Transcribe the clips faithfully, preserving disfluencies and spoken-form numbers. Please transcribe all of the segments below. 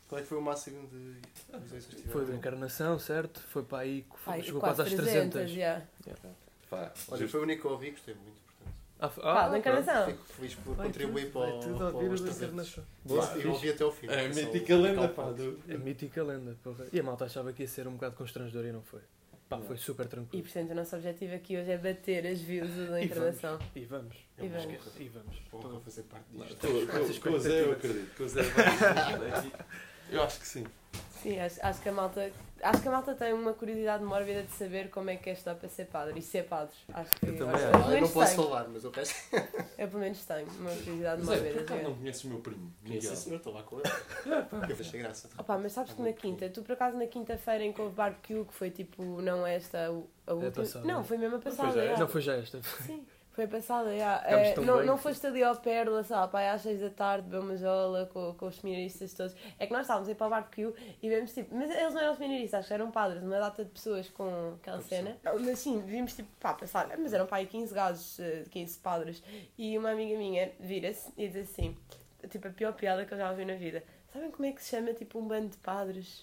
Qual é que foi o máximo de visualizações que tiveram? Foi da Encarnação, certo? Foi para aí que foi, Ai, chegou quase quase às trezentas. yeah. Yeah. Pá, Olha, foi o único que eu ouvi, gostei muito, portanto. Ah, Pá, ah, da Encarnação. Fico feliz por vai contribuir tudo, para, vai o, tudo para ouvir os o da trezentos. Encarnação. Boa, Fixe. eu ouvi até ao fim. é a só mítica o- lenda, o pá. ponto. Do... É mítica lenda, porra. E a malta achava que ia ser um bocado constrangedor e não foi. Pá, Não. foi super E tranquilo. portanto o nosso objetivo aqui hoje é bater as views da E Encarnação. E vamos. Eu E não vamos. esqueço. E vamos. Porra, vou fazer parte Não, disto. com- com- com o Zé eu acredito. Com o Zé vai- Eu acho que sim. Sim, acho, acho que a malta. Acho que a malta tem uma curiosidade mórbida de saber como é que é estudar para ser padre e ser padre. Acho que Eu também acho, acho. pelo Ah, eu não menos posso tenho. falar, mas o resto... Eu pelo menos tenho uma curiosidade Zé, por mórbida. acaso não gigante. conheces o meu primo? Sim, Miguel. senhor, estou lá com ele. Eu achei graça. Opa, mas sabes que na quinta, tu por acaso na quinta-feira em que houve barbecue, que foi tipo, não esta, a, a última. passada. Não, foi mesmo a foi passada. já já. Não foi já esta. Sim, foi a passada, já. Ficámos Eh, tão não, bem. não foste ali ao Pérola, sabe, pá, às seis da tarde, beber uma jola com, com os seminaristas todos. É que nós estávamos a ir para o barbecue e vemos tipo, mas eles não eram seminaristas, acho que eram padres, uma data de pessoas com aquela cena. Mas sim, vimos tipo, pá, pensar, mas eram pá aí quinze gajos, eh, quinze padres. E uma amiga minha vira-se e diz assim, tipo, a pior piada que eu já ouvi na vida. Sabem como é que se chama tipo um bando de padres?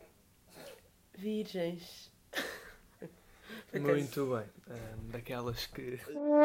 Virgens. Foi Muito bem. Ahm, daquelas que.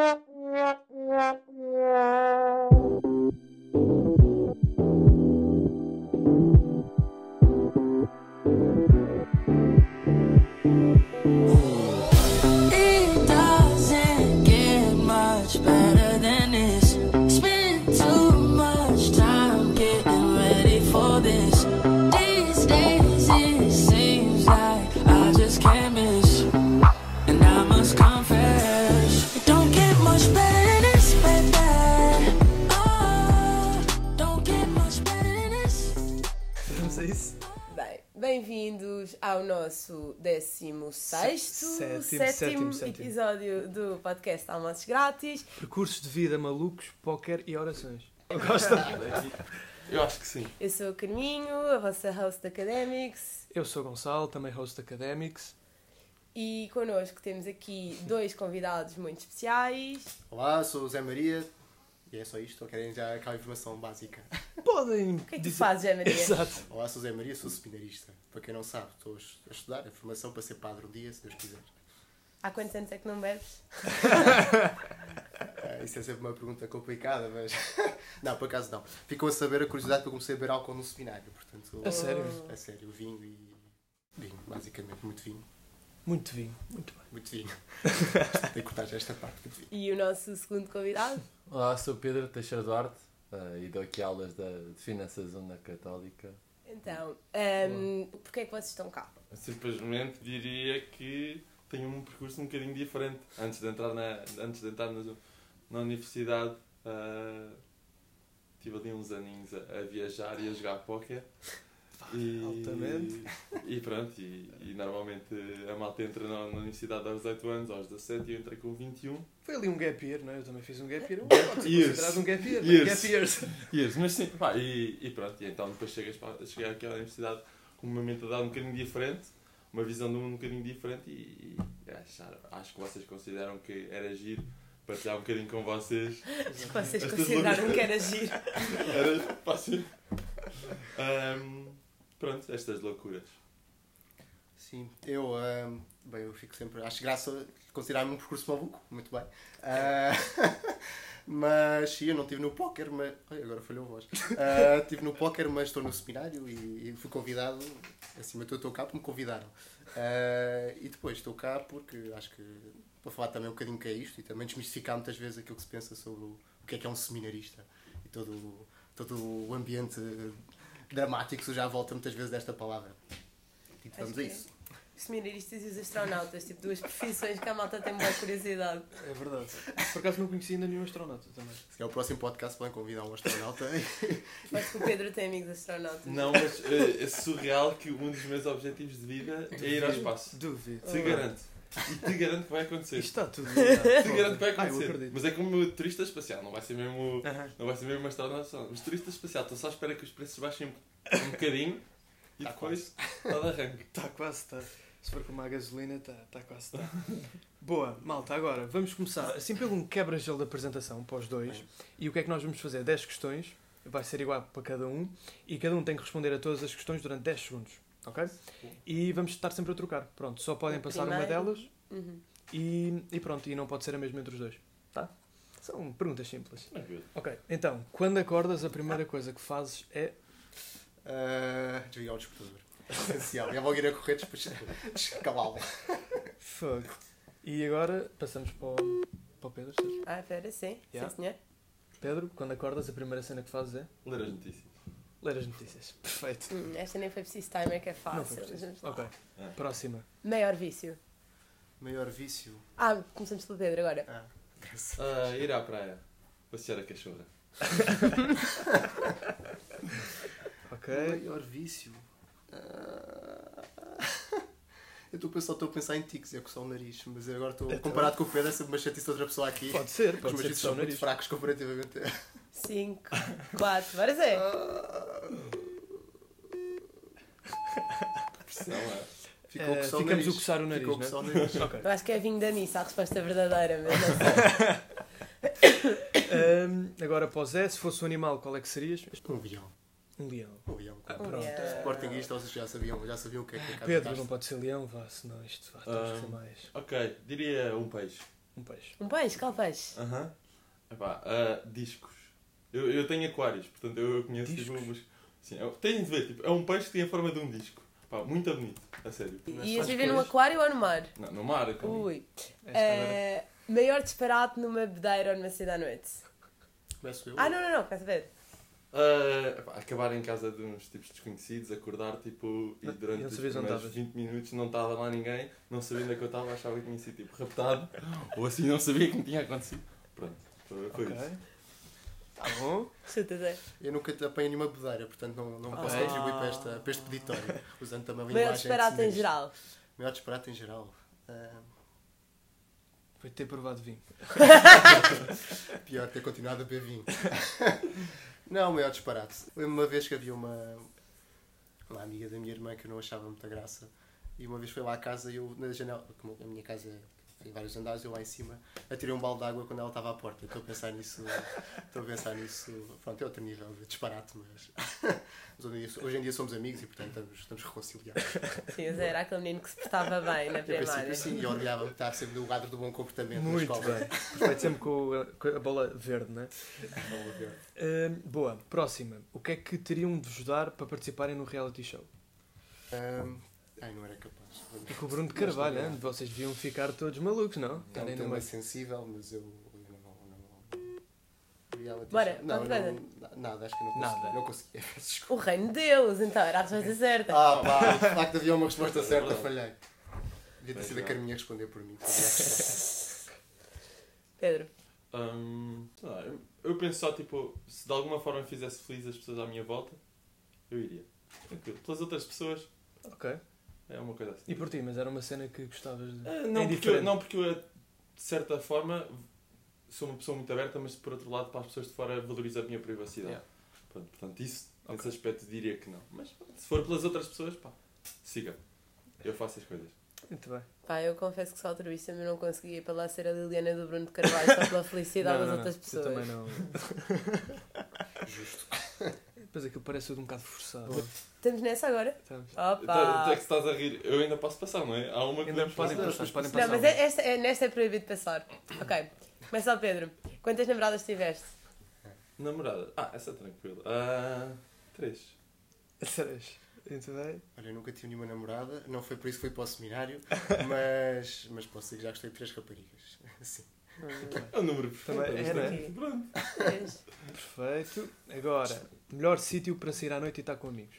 It doesn't get much better than this. Spent too much time getting ready for this. These days it seems like I just can't miss. And I must confess, it don't get much better than this, baby. Oh, don't get much better than this. Vamos a isso? Bem, bem-vindos ao nosso décimo sexto, Sétimo, sétimo, sétimo, sétimo. episódio do podcast Almoços Grátis. Percursos de vida malucos, póquer e orações. Gostam? Eu acho que sim. Eu sou o Carminho, a vossa host de Academics, Eu sou Gonçalo, também host Academics. e connosco temos aqui dois convidados muito especiais. Olá, sou o Zé Maria. E é só isto, ou querem já aquela informação básica? Podem. O que é que tu fazes, Zé Maria? Exato. Olá, sou o Zé Maria, sou seminarista. Para quem não sabe, estou a estudar a formação para ser padre um dia, se Deus quiser. Há quantos anos é que não bebes? Ah, isso é sempre uma pergunta complicada, mas... não, por acaso não. Ficou a saber a curiosidade que eu comecei a beber álcool no seminário, portanto... A sério? A sério, vinho e... Vinho, basicamente, muito vinho. Muito vinho, muito bem. Muito vinho. Tem que cortar já esta parte, muito vinho. E o nosso segundo convidado? Olá, sou o Pedro Teixeira Duarte uh, e dou aqui aulas de, de Finanças Zona Católica. Então, um, porquê é que vocês estão cá? Eu simplesmente diria que tenho um percurso um bocadinho diferente. Antes de entrar na, antes de entrar na, na universidade, uh, tive ali uns aninhos a, a viajar e a jogar póquer. E, Altamente. E pronto, e, e normalmente a malta entra na, na universidade aos dezoito anos, aos dezassete, e eu entrei com vinte e um. Foi ali um gap year, não é? Eu também fiz um gap year. Gap Pode ser years. considerado um gap year. Years. Gap years. Yes, mas sim, pá, e, e pronto, e então depois chegas para, cheguei aqui à universidade com uma mentalidade um bocadinho diferente, uma visão de um, um bocadinho diferente, e, e achar, acho que vocês consideram que era giro partilhar um bocadinho com vocês. Acho que vocês Estas consideraram loucuras. que era giro. Era fácil. Um, pronto, estas loucuras. Sim, eu, ahm, bem, eu fico sempre, acho graça considerar-me um percurso maluco, muito bem. Ah, mas sim, eu não estive no póquer, mas... Ai, agora falhou a voz. Ah, estive no póquer, mas estou no seminário e, e fui convidado, acima de tudo estou cá porque me convidaram. Ah, e depois estou cá porque acho que, para falar também um bocadinho o que é isto e também desmistificar muitas vezes aquilo que se pensa sobre o, o que é que é um seminarista e todo, o- todo o ambiente dramático que já à volta muitas vezes desta palavra. E Acho vamos a que isso. Os seminaristas e os astronautas, tipo duas profissões que a malta tem boa curiosidade. É verdade. Por acaso não conheci ainda nenhum astronauta também. Se é o próximo podcast, podem convidar um astronauta. Acho que o Pedro tem amigos astronautas. Não, mas é, é surreal que um dos meus objetivos de vida é ir ao espaço. Duvido. Te garanto. E te garanto que vai acontecer. Isto está tudo. Te garanto que vai Ah, eu acontecer. acredito. Mas é como turista espacial, não vai ser mesmo, Aham. não vai ser mesmo uma astronauta. só. Mas turista espacial, estou só à espera que os preços baixem um, um bocadinho e Tá depois está de arranque. Está quase, está. Se for como a gasolina, está tá quase, está. Boa, malta, agora vamos começar assim pelo um quebra-gelo da apresentação para os dois. Bem. E o que é que nós vamos fazer? dez questões. vai ser igual para cada um e cada um tem que responder a todas as questões durante dez segundos, ok? E vamos estar sempre a trocar. Pronto, só podem O passar uma primeiro. delas Uhum. e, e pronto, e não pode ser a mesma entre os dois, tá? São perguntas simples. Tranquilo. Ok, então, quando acordas, a primeira coisa que fazes é... Uh, desligar o despertador. Essencial. Já vou ir a correr depois escalá-lo. Fuck. E agora passamos para o, para o Pedro. certo? Ah, espera, sim. Yeah. Sim, senhor. Pedro, quando acordas, a primeira cena que fazes é Ler as notícias. ler as notícias. Perfeito. Hum, esta nem foi preciso timer, que é Não foi fácil. preciso. Vamos lá. Ok, É. próxima. Maior vício. Maior vício. Ah, começamos pelo Pedro agora. Ah, graças. Ah, ir à praia. Passear a cachorra. Ok. Maior vício. Ah, eu estou a pensar, estou a pensar em tiques, é coçar o nariz, mas agora estou Então. comparado com o Pedro, é sempre uma chatice de outra pessoa aqui. Pode ser, Os pode meus ser vícios só são o muito nariz. fracos comparativamente. cinco, quatro, bora Zé. Pressão, é. Ficou a Eh, coçar o ficamos nariz. a coçar o nariz, Ficou a né? coçar o nariz. Ok. Eu acho que é vinho da missa, a resposta verdadeira, mas não sei. Ahm, agora para o Zé, se fosse um animal, qual é que serias? Um leão. Um leão. Um leão. Ah, claro. pronto. Yeah. Sportinguista, vocês já sabiam, já sabiam o que é que é a casa Pedro, de não Castro. pode ser leão, vá, senão isto vai temos que ser Ah. mais. Ok, diria um peixe. Um peixe. Um peixe, qual peixe? Aham. Epá, ah, discos. Eu, eu tenho aquários, portanto eu conheço tipo, Discos? umas... Sim, é, tem de ver, tipo, é um peixe que tem a forma de um disco. Pá, muito bonito, a sério. Ias faz viver num peixe? aquário ou no mar? Não, no mar, então. Ui. Esta agora- Eh, maior disparate numa bedeira ou numa cidade à noite? Começo eu. Ah, não, não, não, quer saber? Ah, epá, acabar em casa de uns tipos desconhecidos, acordar tipo, e Não- durante não os sabias onde primeiros estavas. vinte minutos não estava lá ninguém, não sabia onde é que eu estava, achava que tinha sido tipo raptado, ou assim não sabia que me tinha acontecido. Pronto, foi, foi Ok. isso. Tá bom. Chuta, Zé. Eu nunca te apanhei nenhuma bedeira, portanto não, não posso Ah. contribuir para, esta, para este peditório, usando também a Maior linguagem disparate de em sinais. geral. Maior disparate em geral. Ah, Foi ter provado vinho. pior ter continuado a beber vinho. Não, maior disparate. Lembro uma vez que havia uma, uma amiga da minha irmã que eu não achava muita graça. E uma vez foi lá à casa e eu, na janela, como a minha casa tem vários andares, eu lá em cima, atirei um balde de água quando ela estava à porta. Estou a pensar nisso, estou a pensar nisso, pronto, é outro nível de disparate, mas, mas hoje, em dia, hoje em dia somos amigos e portanto estamos, estamos reconciliados. Sim, o Zé era aquele menino que se portava bem na Eu princípio primária. sim, e orgulhava-me de estar sempre no quadro do bom comportamento na Muito escola. bem. Perfeito, sempre com a, com a bola verde, não é? Vamos ver. Ahm, boa. Próxima. O que é que teriam de vos dar para participarem no reality show? Ahm, ai, não era capaz. E com o Bruno de Carvalho, hein? Vocês deviam ficar todos malucos, não? É um Estarem tema numa... sensível, mas eu, eu não... não reality Bora, show. não, qualquer não, nada, acho que não Nada. consegui. Não consegui. Desculpa. O reino de Deus, então, era a resposta certa. Ah pá, de facto havia uma resposta certa, falhei. Devia ter Pois sido a não. Carminha a responder por mim. Fazia a questão. Pedro. Hum, sei lá, eu, eu penso só, tipo, se de alguma forma fizesse feliz as pessoas à minha volta, eu iria. Tranquilo. Pelas outras pessoas, Ok. é uma coisa assim. E por ti, mas era uma cena que gostavas de... Ah, É não, porque eu, indiferente. não, porque eu, de certa forma, sou uma pessoa muito aberta, mas por outro lado, para as pessoas de fora, valorizo a minha privacidade. Yeah. Pronto, portanto, isso, Ok. nesse aspecto, diria que não. Mas se for pelas outras pessoas, pá, siga. Eu faço as coisas. Muito bem. Pá, eu confesso que sou altruísta, mas não conseguia ir para lá ser a Liliana do Bruno de Carvalho só pela felicidade Não, das não, outras não. pessoas. Eu também não. Justo. Depois aquilo parece tudo um bocado forçado. Boa. Estamos nessa agora? Estamos. Então, Opa! tu é que estás a rir. Eu ainda posso passar, não é? Há uma que Ainda podemos podem passar. passar, podem Não, passar. mas é- esta, é, nesta é proibido passar. Ok. Começa ao Pedro. Quantas namoradas tiveste? Namorada. Ah, essa é tranquila. Ah, três. Três. Muito bem. Olha, eu nunca tive nenhuma namorada, não foi por isso que fui para o seminário, mas, mas posso dizer que já gostei de três raparigas. Sim. Muito bem. É o número perfeito. Também isto era. é- Pronto. Três. Perfeito. Agora, melhor sítio para sair à noite e estar com amigos.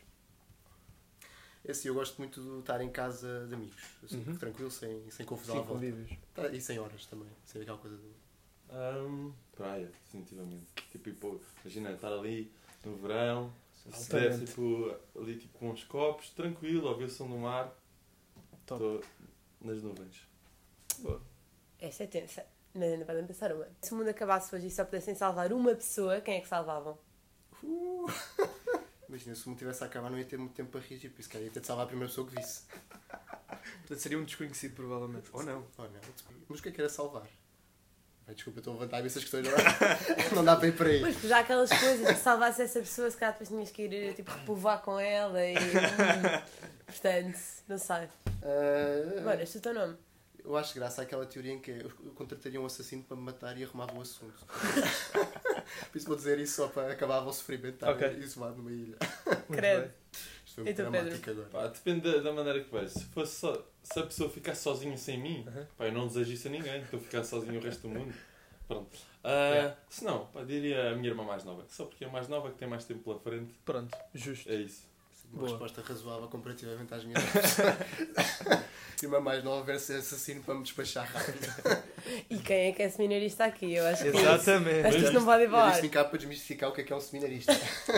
É assim, eu gosto muito de estar em casa de amigos, assim, Uhum. tranquilo, sem, sem confusão Sim, à volta. convívios. Tá, e sem horas também, sem aquela coisa do... Ahm, praia, definitivamente. Tipo, tipo, imagina, estar ali no verão, se der, Altamente. tipo, ali tipo, com uns copos, tranquilo, ouvir o som do mar. Top. Estou nas nuvens. Boa. Esta é tensa. Mas ainda podem pensar uma. Se o mundo acabasse hoje e só pudessem salvar uma pessoa, quem é que salvavam? Uh! Imagina, se o mundo tivesse a acabar não ia ter muito tempo para reagir, por isso que ia ter de salvar a primeira pessoa que visse. Portanto, seria um desconhecido, provavelmente. Ou não. Oh, não. Mas o que é que era salvar? Ai, desculpa, eu estou a levantar essas questões. Não, não dá para ir para aí. Pois, já aquelas coisas que salvasse essa pessoa, se calhar depois tinhas que ir tipo, repovoar com ela e. hum, portanto, não sei. Uh, Agora, este é o teu nome. Eu acho graça àquela teoria em que eu contrataria um assassino para me matar e arrumava o assunto. Por isso vou dizer isso só para acabar o sofrimento de estar Ok. isolado numa ilha. Credo. Isto foi E tu, muito dramático agora. Pá, depende da, da maneira que vais. Se, fosse só, se a pessoa ficasse sozinha sem mim, Uhum. pá, eu não desejo isso a ninguém. Estou a ficar sozinho o resto do mundo. Pronto. Ah, Yeah. Se não, pá, diria a minha irmã mais nova. Só porque é a mais nova que tem mais tempo pela frente. Pronto, justo. É isso. Uma Boa. resposta razoável comparativamente às minhas. E uma mais nova versus assassino para me despachar rápido. E quem é que é seminarista aqui? Eu acho que. Exatamente. Acho que isto não pode ir Eu para o ar. disse vim cá para desmistificar o que é que é um seminarista.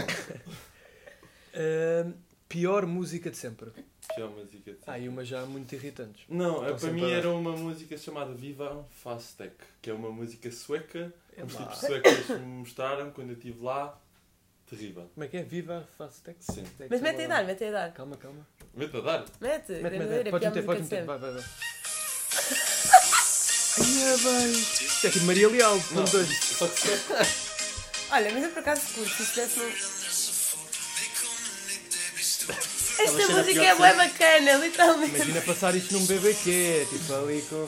Ahm, pior música de sempre. Que é uma música de... Há aí uma já muito irritantes. Não, Estão para sempre mim a dar. era uma música chamada Viva Fastek, que é uma música sueca. É Os lá. tipos suecos me mostraram quando eu estive lá. Terrível. Como é que é? Viva Fastec? Sim. Mas mete a dar, mete a dar. Calma, calma. Mete a dar. Mete, Mete, mete, mete, mete. Podes meter, podes meter. Vai, vai, vai. Ai, é bem. Isto é tipo Maria Leal, Não, um, dois. só que se Olha, mas eu por acaso curto, se tivesse um... Estava Esta cheia música de é bué pior bacana, literalmente. Imagina passar isto num B B Q, tipo ali com...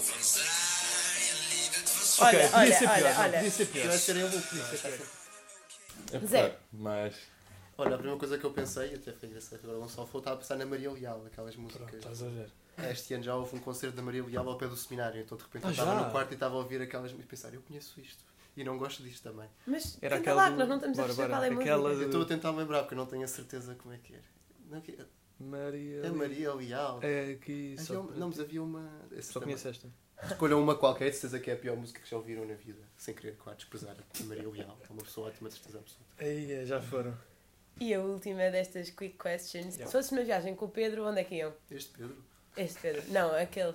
Olha, Ok, podia olha, ser pior, olha, não, olha. podia ser Eu pior. acho que seria bom, podia ser pior. é Mas é. pior, mas... Olha, a primeira coisa que eu pensei, até foi engraçado, agora o Gonçalo falou, estava a pensar na Maria Leal, aquelas Pronto, músicas. estás a ver. Este ano já houve um concerto da Maria Leal ao pé do seminário, então de repente Ah, eu estava já? no quarto e estava a ouvir aquelas músicas e pensar, eu conheço isto e não gosto disto também. Mas Era tenta aquela lá, do- que nós não estamos a Bora, perceber bora. qual é a música. Aquela Eu de- estou a tentar lembrar porque eu não tenho a certeza como é que era. Não, que- Maria é Maria Leal. É aqui Havia só... uma- não, mas havia uma. esse Só também. conheço esta. Escolham uma qualquer, de certeza que é a pior música que já ouviram na vida, sem querer, claro, desprezar a Maria Leal. É uma pessoa ótima, de certeza absoluta. Aí, já foram. E a última destas quick questions. Yeah. Se fosse uma viagem com o Pedro, onde é que iam? Este Pedro Este Pedro. Não, aquele.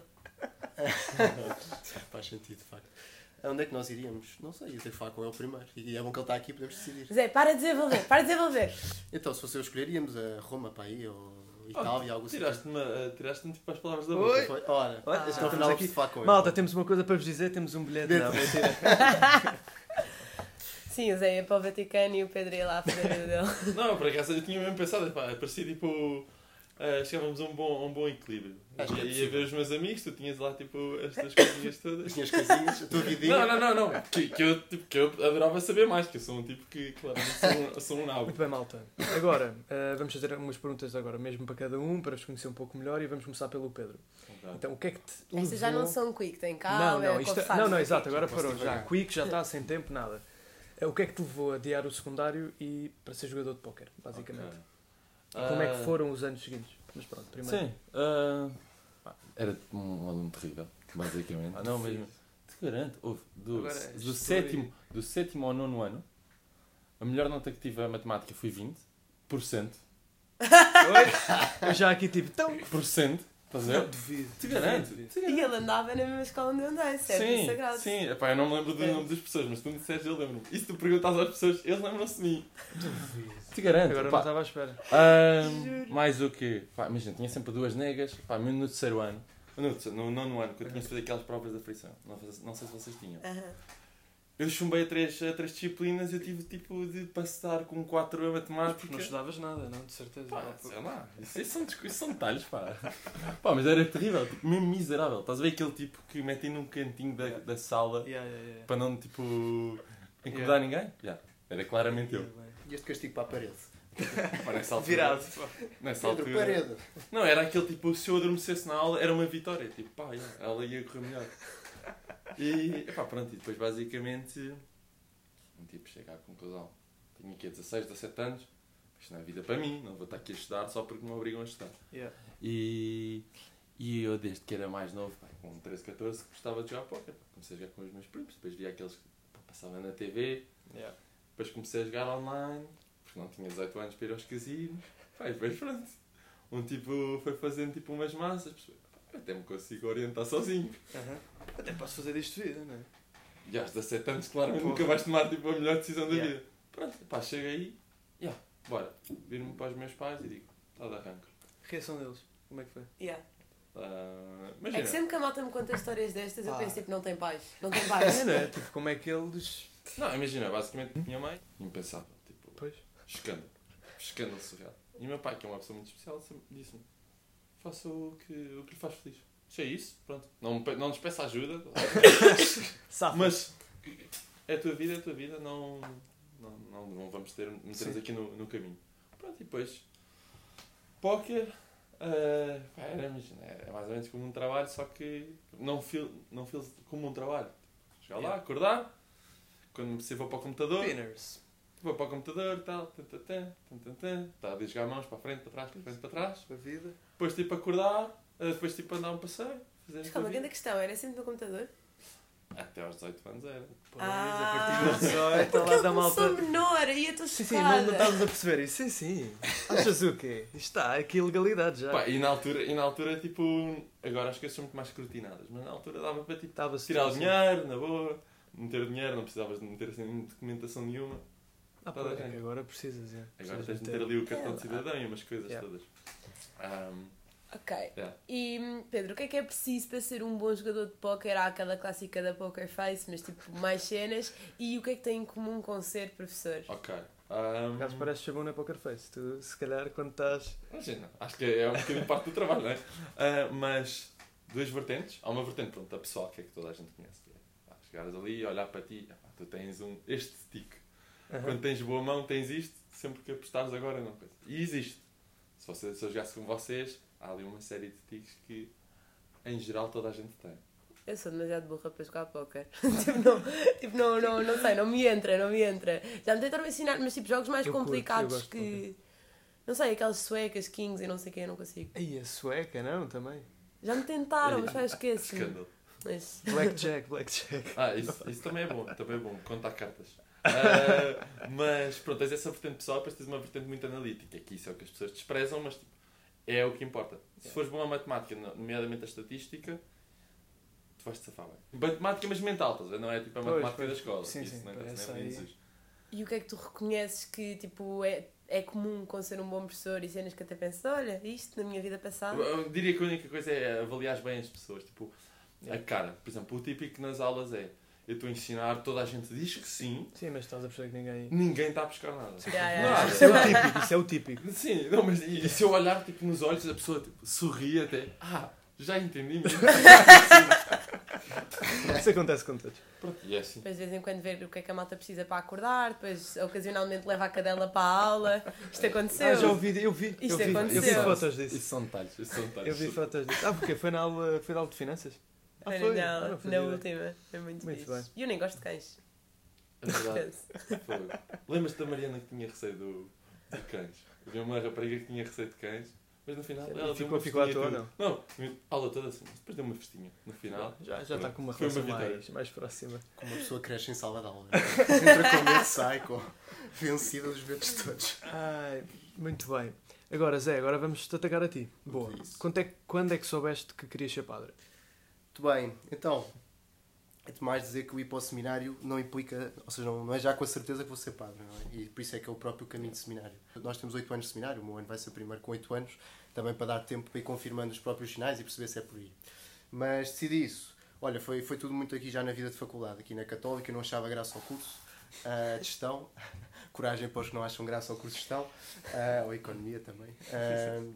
faz sentido, de facto. Onde é que nós iríamos? Não sei, ia ter que falar com ele primeiro. E é bom que ele está aqui, podemos decidir. Zé, para de desenvolver, para de desenvolver. Então, se fosse eu escolher, íamos a Roma para aí, ou Itália, algo assim. Tiraste-me uh, tiraste tipo as palavras da Oi. boca. Foi- Ora, Olha, Ah. no estamos final aqui. aqui. falar com ele. Malta, temos uma coisa para vos dizer, temos um bilhete. Dentro. Não, mentira. Sim, o Zé ia para o Vaticano e o Pedro ia lá fazer a vida dele. Não, por acaso eu tinha mesmo pensado, pá, parecia tipo. Uh, chegávamos a um bom, a um bom equilíbrio. Acho que é Ia, ia possível. ver os meus amigos, tu tinhas lá tipo estas coisinhas As todas. minhas coisinhas, a tua vidinha. Não, não, não, não. Que, que, eu, tipo, que eu adorava saber mais, que eu sou um tipo que, claramente, sou um, sou um nabo. Muito bem, malta. Agora, eh, vamos fazer umas perguntas agora mesmo para cada um, para vos conhecer um pouco melhor e vamos começar pelo Pedro. Então, o que é que te levou... Estas já não são quick, tem calma, Não, não, é isto é- conversar. não, não, exato, Já agora posso parou, já. devagar. Quick, já está, sem tempo, nada. Eh, O que é que te levou a adiar o secundário e para ser jogador de póquer, basicamente? Ok. E como é que Ah, foram os anos seguintes? Mas pronto, primeiro. Sim. ah, pá, era tipo um aluno terrível, basicamente. Ah, não, mesmo. Te garanto, houve do, Agora é do, história. sétimo, do sétimo ao nono ano, a melhor nota que tive a matemática foi vinte por cento. Oi? Eu já aqui tipo, então... Por cento, estás a ver? Duvido. Te garanto. duvido. te E garanto. ele andava na mesma escola onde eu andei, certo? Sim, Sagrado. sim. Epá, eu não me lembro do É. nome das pessoas, mas se tu me disseres, eu lembro-me. E se tu perguntas às pessoas, eles lembram-se de mim. Te garanto. Agora não pá. estava à espera. Ahm, mais o quê? Pá, imagina, tinha sempre duas negas, pá, mesmo no terceiro ano. No, no nono ano, que eu tinha de fazer aquelas provas da frição. Não, faz- não sei se vocês tinham. Aham. Eu chumbei a três, a três disciplinas e eu tive tipo de passar com quatro a matemática. Porque não estudavas nada, não? De certeza. Pá, sei lá, isso, isso são, discu- isso são detalhes, pá. Pá, mas era terrível, tipo, mesmo miserável. Estás a ver aquele tipo que metem num cantinho da, da sala Yeah, yeah, yeah. para não, tipo, incomodar ninguém? Já, era claramente eu. E este castigo para a parede. Pá, nessa altura, Virado. Nessa Pedro, altura, parede. não, era aquele tipo, se eu adormecesse na aula, era uma vitória. Tipo, pá, já, ela ia correr melhor. E, pá, pronto, e depois basicamente, um tipo, chega à conclusão. Tenho aqui dezasseis, dezassete anos, isto não é vida para mim, não vou estar aqui a estudar só porque me obrigam a estudar. Yeah. E, e eu, desde que era mais novo, pá, com treze, catorze, gostava de jogar póquer. Pá. Comecei a jogar com os meus primos, depois via aqueles que pá, passavam na T V, Yeah. depois comecei a jogar online, porque não tinha dezoito anos para ir aos casinos. Pá, e depois pronto. Um tipo foi fazendo tipo umas massas, percebi, pá, eu até me consigo orientar sozinho. Aham. Até posso fazer disto de vida, não é? E aos dezassete anos, claramente, Porra. nunca vais tomar tipo, a melhor decisão da Yeah. vida. Pronto, pá, chega aí, já, bora. Viro-me para os meus pais e digo, está de arranque. Reação deles, como é que foi? Yeah. Uh, É imagina. que sempre que a malta me conta histórias destas, eu Ah. penso tipo, não tem paz. Não tem paz. É, não é? Tipo, como é que eles... Não, imagina, basicamente minha mãe, impensável, tipo, Pois. escândalo, escândalo surreal. E o meu pai, que é uma pessoa muito especial, sempre disse-me, faça o que, o que lhe faz feliz. Se é isso, pronto. Não, me pe- não nos peça ajuda, Safa. mas é a tua vida, é a tua vida, não, não, não, não vamos ter, meter-nos Sim. aqui no, no caminho. Pronto, e depois, póquer, uh, era, imagina, é mais ou menos como um trabalho, só que não feel, não feel como um trabalho. Chegar lá, acordar, quando você for para o computador, Pinners. vou para o computador e tal, tan, tan, tan, tan, tan, tan, está a jogar mãos para a frente, para trás, para a frente, para trás. A vida. Depois tipo acordar, eh, depois tipo andar um passeio, fazer Mas a calma, a tua grande vida. questão era sempre no computador? Até aos dezoito anos era. Pois, Ah. a partir dos dezoito, Porque lá ele da começou malta... menor e eu estou Sim, chocada. sim, não, não estávamos a perceber isso. Sim, sim. Achas o quê? Isto está, aqui ilegalidade já. Pá, e na altura, e na altura tipo, agora as coisas são muito mais escrutinadas, mas na altura dava para tipo, Estava-se tirar o assim. dinheiro, na boa, meter o dinheiro, não precisavas de meter assim documentação nenhuma. Ah, Toda pá, a é gente. que agora precisas, é. Agora Precisas tens de meter ali o cartão de cidadão e umas coisas Yeah. todas. Ahm, Ok. Yeah. E Pedro, o que é que é preciso para ser um bom jogador de póquer? Há aquela clássica da Poker Face, mas tipo mais cenas. E o que é que tem em comum com ser professor? ok. Ahm, Por acaso parece ser bom na Poker Face. Tu, se calhar, quando estás... Imagina, acho que é um bocadinho parte do trabalho, não é? Ah, mas duas vertentes. Há uma vertente, pronto, a pessoal, que é que toda a gente conhece. Que é, pá, chegares ali, olhar para ti, ah, pá, tu tens um, este stick. Quando tens boa mão, tens isto, sempre que apostares agora não coisa. E existe. Se, você, se eu jogasse com vocês, há ali uma série de tiques que, em geral, toda a gente tem. Eu sou demasiado burra para jogar póquer. tipo, não, tipo não, não, não sei, não me entra, não me entra. Já me tentaram ensinar, mas tipo jogos mais Eu curto, eu complicados gosto de que... Não sei, aquelas suecas, kings e não sei o que, eu não consigo. Aí, a sueca, não? Também. Já me tentaram, mas só esqueço. Escândalo. Mas... Blackjack, Blackjack. Ah, isso, isso também é bom, também é bom, contar cartas. Ah, mas pronto, tens essa vertente pessoal, depois tens uma vertente muito analítica, que isso é o que as pessoas desprezam, mas tipo, é o que importa. Se fores bom a matemática, nomeadamente a estatística, tu vais-te safar bem. Matemática, mas mental, estás a ver? Não é tipo a Pois, matemática pois. da escola. Sim, isso sim, não é, parece isso não é aí. Jesus. E o que é que tu reconheces que tipo, é, é comum com ser um bom professor e cenas que até pensas, olha, isto na minha vida passada? Eu, eu diria que a única coisa é avaliar bem as pessoas, tipo, a cara. Por exemplo, o típico nas aulas é, eu estou a ensinar, toda a gente diz que sim, Sim, mas estás a perceber que ninguém... ninguém está a buscar nada. Yeah, yeah, Não, yeah. isso é o típico, isso é o típico. Sim, não, mas e, e se eu olhar tipo, nos olhos, a pessoa tipo, sorri até, ah, já entendi. Mas... Isso acontece com todos. Pronto, e é assim. Depois de vez em quando ver o que é que a malta precisa para acordar, depois ocasionalmente leva a cadela para a aula. Isto aconteceu. Ah, já ouvi, eu vi, eu Isto vi, eu vi aconteceu. fotos disso. Isso são detalhes, isso são detalhes. Eu vi fotos disso. Ah, porque foi na aula, foi na aula de finanças? Ah, Foi foi? na, Ah, não na fazia ideia. última. É muito, Muito fixe. bem. E eu nem gosto de cães. É verdade. Fogo. Lembras-te da Mariana que tinha receio do, de cães? Havia uma rapariga que tinha receio de cães, mas no final E ela deu ficou- uma ficou à festinha e toa, tudo. Não, a aula toda assim, mas depois deu uma festinha. No final, Já, já está com uma Foi uma relação vitória. mais, mais próxima. Como uma pessoa cresce em sala de aula. Entra com medo, sai com vencida dos medos todos. Ai, muito bem. Agora, Zé, agora vamos-te atacar a ti. Boa. Isso. Quando é, que- quando é que soubeste que querias ser padre? Muito bem, então, é demais dizer que o ir para o seminário não implica, ou seja, não, não é já com a certeza que vou ser padre, não é? E por isso é que é o próprio caminho de seminário. Nós temos oito anos de seminário, o meu ano vai ser primeiro com oito anos, também para dar tempo para ir confirmando os próprios sinais e perceber se é por aí. Mas decidi isso. Olha, foi, foi tudo muito aqui já na vida de faculdade, aqui na Católica, eu não achava graça ao curso uh, de gestão, coragem para os que não acham graça ao curso de gestão, uh, ou economia também. Uh,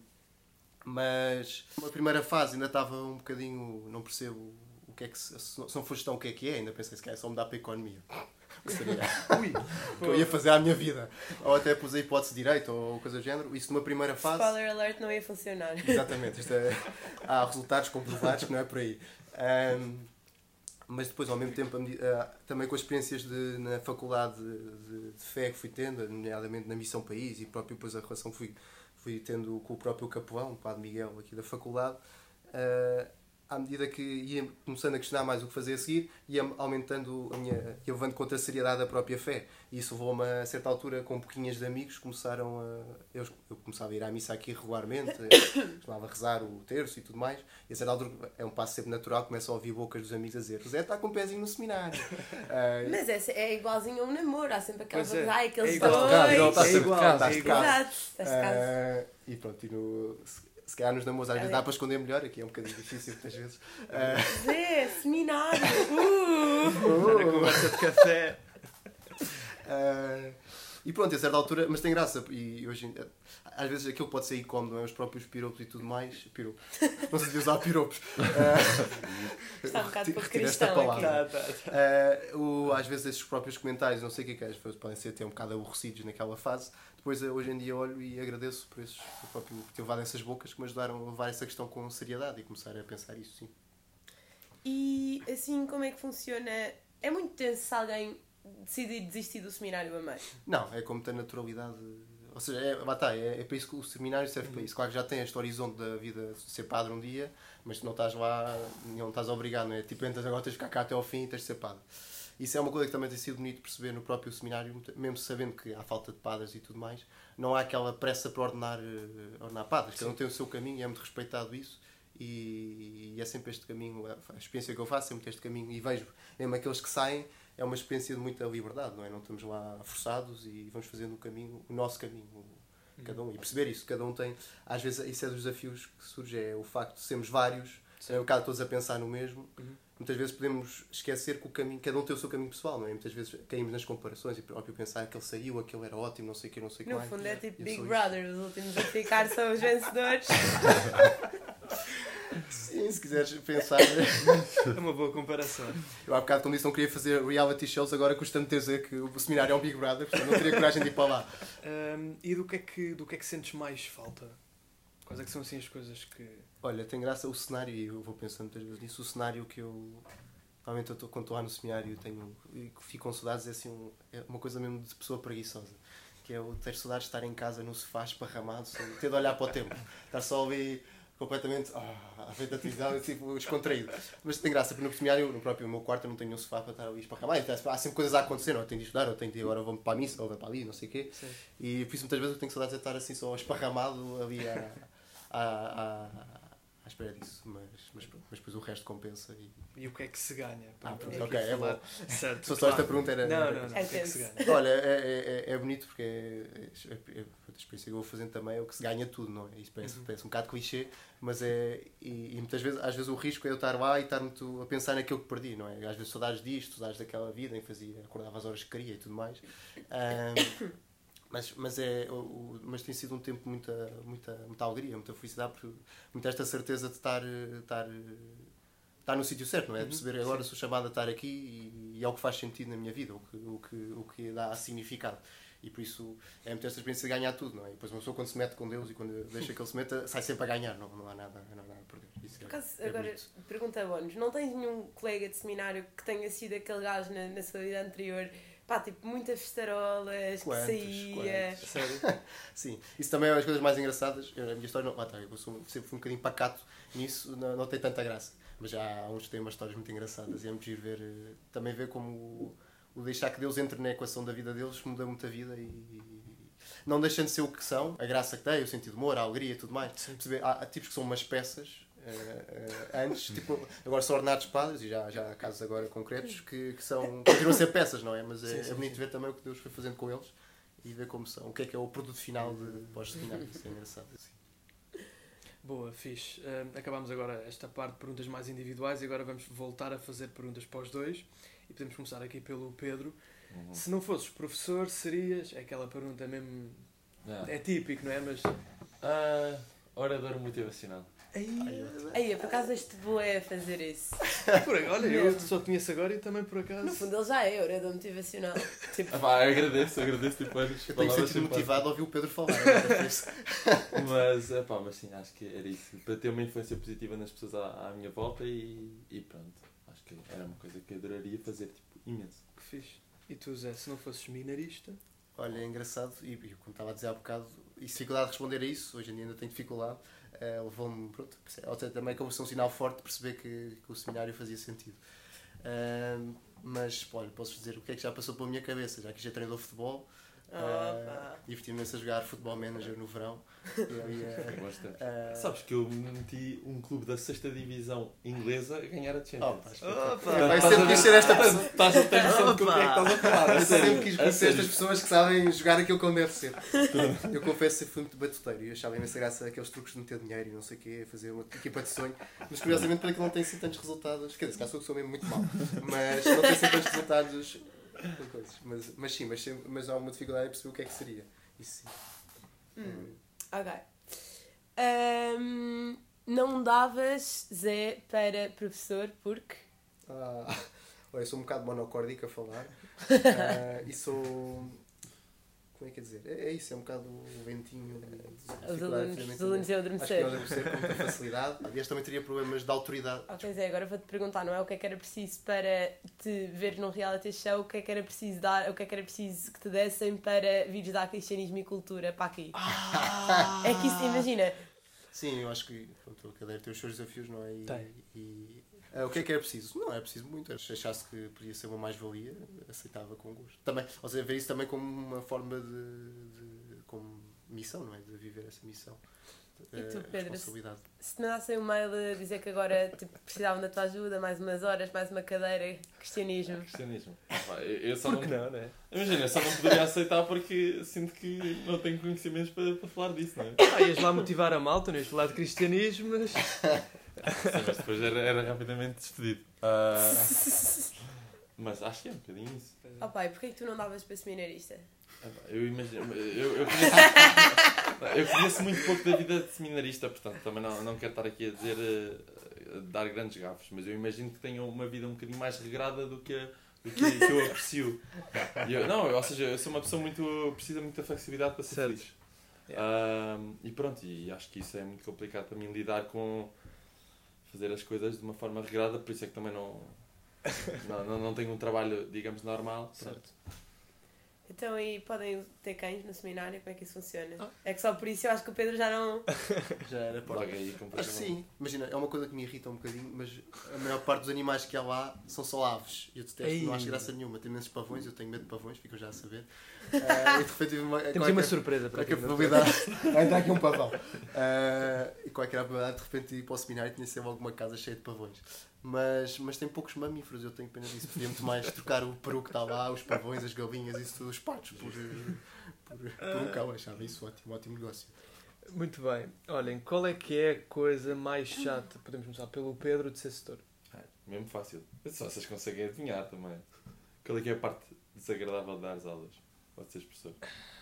mas a primeira fase ainda estava um bocadinho, não percebo o que é que se, se não for gestão o que é que é, ainda pensei se calhar só mudar para a economia. Que seria ui, que eu ia fazer à minha vida. Ou até pus a hipótese de direito ou coisa do género. Isso numa primeira fase. Spoiler alert, não ia funcionar. Exatamente. Isto é, há resultados comprovados que não é por aí. Um, mas depois, ao mesmo tempo, uh, também com as experiências de, na faculdade de, de, de fé que fui tendo, nomeadamente na Missão País e próprio depois a relação que fui, fui tendo com o próprio Capoão, o Padre Miguel aqui da faculdade, uh, à medida que ia começando a questionar mais o que fazer a seguir, ia aumentando a minha, ia levando contra a seriedade da própria fé. E isso levou-me a certa altura, com pouquinhas de amigos, começaram a... Eu, eu começava a ir à missa aqui regularmente, costumava rezar o terço e tudo mais, e a certa altura é um passo sempre natural, começo a ouvir bocas dos amigos a dizer: José está com um pezinho no seminário. uh, Mas é, é igualzinho a um namoro, há sempre aquelas Pois é. coisas, ai, aqueles É igual. dois. Está-se de casa, É igual, está-se é de igual. casa. Exato, estás de casa. Uh, e pronto, e no, Se calhar nos namoros às vezes dá para esconder melhor, aqui é um bocadinho difícil muitas vezes. Uh... Zé, seminário! Uh! Na conversa de café. Uh... E pronto, a certa altura, mas tem graça, e hoje às vezes aquilo pode ser incómodo, não é? Os próprios piropos e tudo mais. Piropo. Não se devia usar piropos. Uh... Está um bocado pouco Retiro esta cristão aqui. palavra. Tá, tá, tá. Uh, o, às vezes esses próprios comentários, não sei o que é que é, podem ser até um bocado aborrecidos naquela fase. Depois hoje em dia olho e agradeço por, esses, por, próprio, por ter levado essas bocas que me ajudaram a levar essa questão com seriedade e começar a pensar isso, sim. E assim, como é que funciona? É muito tenso se alguém decidir desistir do seminário a meio? Não, é como ter naturalidade. Ou seja, é, lá está, é, é para isso que o seminário serve para isso. Claro que já tem este horizonte da vida de ser padre um dia, mas tu não estás lá, não estás obrigado, não é? Tipo, entras agora, tens de ficar cá até ao fim e tens de ser padre. Isso é uma coisa que também tem sido bonito perceber no próprio seminário, mesmo sabendo que há falta de padres e tudo mais, não há aquela pressa para ordenar, ordenar padres. Cada um tem o seu caminho e é muito respeitado isso. E, e é sempre este caminho, a experiência que eu faço é muito este caminho, e vejo mesmo aqueles que saem, é uma experiência de muita liberdade, não é? Não estamos lá forçados e vamos fazendo o caminho, o nosso caminho, cada um. E perceber isso, cada um tem, às vezes isso é dos desafios que surge, é o facto de sermos vários, é um bocado todos a pensar no mesmo. Uhum. Muitas vezes podemos esquecer que o caminho, cada um tem o seu caminho pessoal, não é? Muitas vezes caímos nas comparações e próprio pensar que ele saiu, aquele era ótimo, não sei o que, não sei o que No mais. fundo é tipo Eu Big sou Brother, os últimos a ficar são os vencedores. Sim, se quiseres pensar. É uma boa comparação. Eu há bocado, quando disse, não queria fazer reality shows, agora custa-me dizer que o seminário é um Big Brother, portanto não teria coragem de ir para lá. Um, e do que, é que, do que é que sentes mais falta? Quais é que são assim as coisas que... Olha, tem graça o cenário, e eu vou pensando muitas vezes nisso, o cenário que eu... Normalmente eu tô, quando estou lá no seminário tenho, e fico com saudades, é, assim, um, é uma coisa mesmo de pessoa preguiçosa. Que é o ter saudades de estar em casa no sofá esparramado, sem ter de olhar para o tempo. Estar só ali completamente ah, à frente da televisão, tipo, descontraído. Mas tem graça, porque no seminário, no próprio meu quarto, eu não tenho um sofá para estar ali esparramado. Há sempre coisas a acontecer, não? Eu tenho de estudar, eu tenho de agora vou para a missa, ou vou para ali, não sei o quê. Sim. E por isso muitas vezes eu tenho saudades de estar assim só esparramado ali à, à, à, à espera disso. Mas, mas, mas depois o resto compensa. E, e o que é que se ganha? Ah, pronto, Aqui ok, é falar. bom. Certo, Só, só claro. esta pergunta era... Não, era- não, não. É O que é que se tenso. ganha? Olha, é, é, é bonito porque é, é, é, a experiência que eu vou fazendo também é o que se ganha tudo, não é? Isso parece, Uhum. parece um bocado clichê, mas é. E, e muitas vezes, às vezes o risco é eu estar lá e estar muito a pensar naquilo que perdi, não é? Às vezes saudades disto, saudades daquela vida em que fazia, acordava às horas que queria e tudo mais. Um, mas, mas, é, o, o- mas tem sido um tempo de muita, muita, muita alegria, muita felicidade, porque muita esta certeza de estar, estar, estar no sítio certo, não é? De perceber agora sou chamado a estar aqui e, e é o que faz sentido na minha vida, o que, o que, o que dá significado. E por isso é muito esta experiência de ganhar tudo, não é? E depois uma pessoa quando se mete com Deus e quando deixa que Ele se meta, sai sempre a ganhar, não, não, há, nada, não há nada a perder. Isso Por é, acaso, é agora, bonito. pergunta a bónus, não tens nenhum colega de seminário que tenha sido aquele gajo na, na sua vida anterior, pá, tipo, muitas festarolas, Quantos, que saía... quantos? Sério? Sim, isso também é uma das coisas mais engraçadas. Eu, na minha história, não, lá está, eu sou, sempre fui um bocadinho pacato nisso, não, não tem tanta graça. Mas já há uns que têm umas histórias muito engraçadas e é muito giro ver, eh, também ver como o, o deixar que Deus entre na equação da vida deles muda muito a vida e, e não deixando de ser o que são, a graça que tem, o sentido de humor, a alegria e tudo mais. Perceber, há, há tipos que são umas peças. Uh, uh, antes, tipo, agora são ordenados padres e já, já há casos agora concretos que, que são, continuam a ser peças, não é? Mas é, Sim, sim, é bonito sim. ver também o que Deus foi fazendo com eles e ver como são, o que é que é o produto final de pós-seminário. Isso é engraçado. Assim. Boa, fixe. Um, acabámos agora esta parte de perguntas mais individuais e agora vamos voltar a fazer perguntas para os dois. E podemos começar aqui pelo Pedro. Uhum. Se não fosses professor, serias... É aquela pergunta mesmo... Ah. É típico, não é? Mas... Ah, orador motivacional. Ai, Aí, por acaso este boé a fazer isso. por agora, olha, eu só te conheço agora e também por acaso... No fundo ele já é orador motivacional. Tipo, Ah, pá, agradeço, agradeço tipo, as Eu tenho palavras sentido simpáticas. motivado a ouvir o Pedro falar. agora, por isso. Mas, epá, mas sim, acho que era isso. Para ter uma influência positiva nas pessoas à, à minha volta e, e pronto. Acho que era uma coisa que eu adoraria fazer, tipo, imenso. Que fixe. E tu, Zé, se não fosses minarista... Olha, é engraçado, e, e como estava a dizer há bocado, e dificuldade de responder a isso, hoje em dia ainda tenho dificuldade, uh, levou-me, pronto, ou seja, também como ser um sinal forte de perceber que, que o seminário fazia sentido. Uh, mas, olha, posso dizer o que é que já passou pela minha cabeça, já que já treinador de futebol, Opa. Uh, Diverti-me imenso a jogar Futebol Manager no verão. Eu ia, Gosto. uh, Sabes que eu meti um clube da sexta divisão inglesa a ganhar a Champions. Opa, espetacular. Opa. Eu sempre quis ser esta pessoa. Estás a ter noção do que é que estás a falar? A Eu sério, sempre quis a conhecer sério. estas pessoas que sabem jogar aquilo como deve ser. Eu confesso que fui muito batuteiro e achava imensa graça aqueles truques de meter dinheiro e não sei o quê, fazer uma equipa de sonho. Mas curiosamente para aquilo não tem assim tantos resultados. Quer dizer, se calhar sou que sou mesmo muito mau. Mas não tem assim tantos resultados. com coisas. Mas, mas sim, mas, sempre, mas há uma dificuldade em perceber o que é que seria. Isso sim. Hum. Ok. Ahm, não davas Zé para professor porque. Ah, olha, eu sou um bocado monocórdico a falar. Ah, e sou. Como é que é dizer? É, é isso, é um bocado o ventinho. de- Os dificuldade alunos, de os alunos iam Acho que eu adormecer. adormecer com muita facilidade. Aliás, também teria problemas de autoridade. Ok, Zé, agora vou-te perguntar, não é o que é que era preciso para te ver num reality show, o que é que era preciso dar, o que é que era preciso que te dessem para vires dar cristianismo e cultura para aqui. Ah. É que isso, imagina, Sim, eu acho que pronto, a cadeira tem os seus desafios, não é? E, Tem. e- ah, o que é que era preciso? Não era preciso muito. Se achasse que podia ser uma mais-valia, aceitava com gosto. Também, ou seja, ver isso também como uma forma de, de como missão, não é? De viver essa missão. E tu, Eh, Pedro, responsabilidade. se te mandassem um mail a dizer que agora tipo, precisavam da tua ajuda, mais umas horas, mais uma cadeira, cristianismo. Cristianismo. Pá, eu eu só Por que não, não, não é? imagina, eu só não poderia aceitar porque sinto que não tenho conhecimentos para, para falar disso, não é? Ah, ias lá motivar a malta, não ias falar de cristianismo, mas. Sim, mas depois era, era rapidamente despedido. Ah, mas acho que é um bocadinho isso. Oh pai, porquê que tu não davas para seminarista? Ah, pá, Eu imagino. Eu, eu, conheço, eu conheço muito pouco da vida de seminarista, portanto também não, não quero estar aqui a dizer. A, a dar grandes gafos, mas eu imagino que tenham uma vida um bocadinho mais regrada do que, a, do que, que eu aprecio. E eu, não, ou seja, eu sou uma pessoa muito. Precisa de muita flexibilidade para ser Certo. feliz. Ah, e pronto, e acho que isso é muito complicado para mim lidar com fazer as coisas de uma forma regrada, por isso é que também não, não, não, não tenho um trabalho, digamos, normal. Pronto. Então, e podem ter cães no seminário? Como é que isso funciona? É que só por isso eu acho que o Pedro já não. Já era por Logo aí, Acho que completamente. sim, imagina, é uma coisa que me irrita um bocadinho, mas a maior parte dos animais que há lá são só aves. Eu detesto, Ei. não acho graça nenhuma. Tenho imensos pavões, eu tenho medo de pavões, ficam já a saber. Ah, e de repente tive uma. Temos qual é aí uma que é- surpresa qual para é que é a ti. não é? probabilidade? Vai entrar aqui um pavão. Ah, e qual é que era a probabilidade de repente ir para o seminário e tinha sempre alguma casa cheia de pavões? Mas, mas tem poucos mamíferos, eu tenho pena disso. Podia muito mais trocar o peru que está lá, os pavões, as galinhas, isso tudo, os patos, por, por, por um cão. Achava isso ótimo, ótimo negócio. Muito bem. Olhem, qual é que é a coisa mais chata? Podemos começar pelo Pedro de ser setor. Ah, mesmo fácil. Só vocês conseguem adivinhar também. Qual é que é a parte desagradável de dar as aulas? Pode ser professor.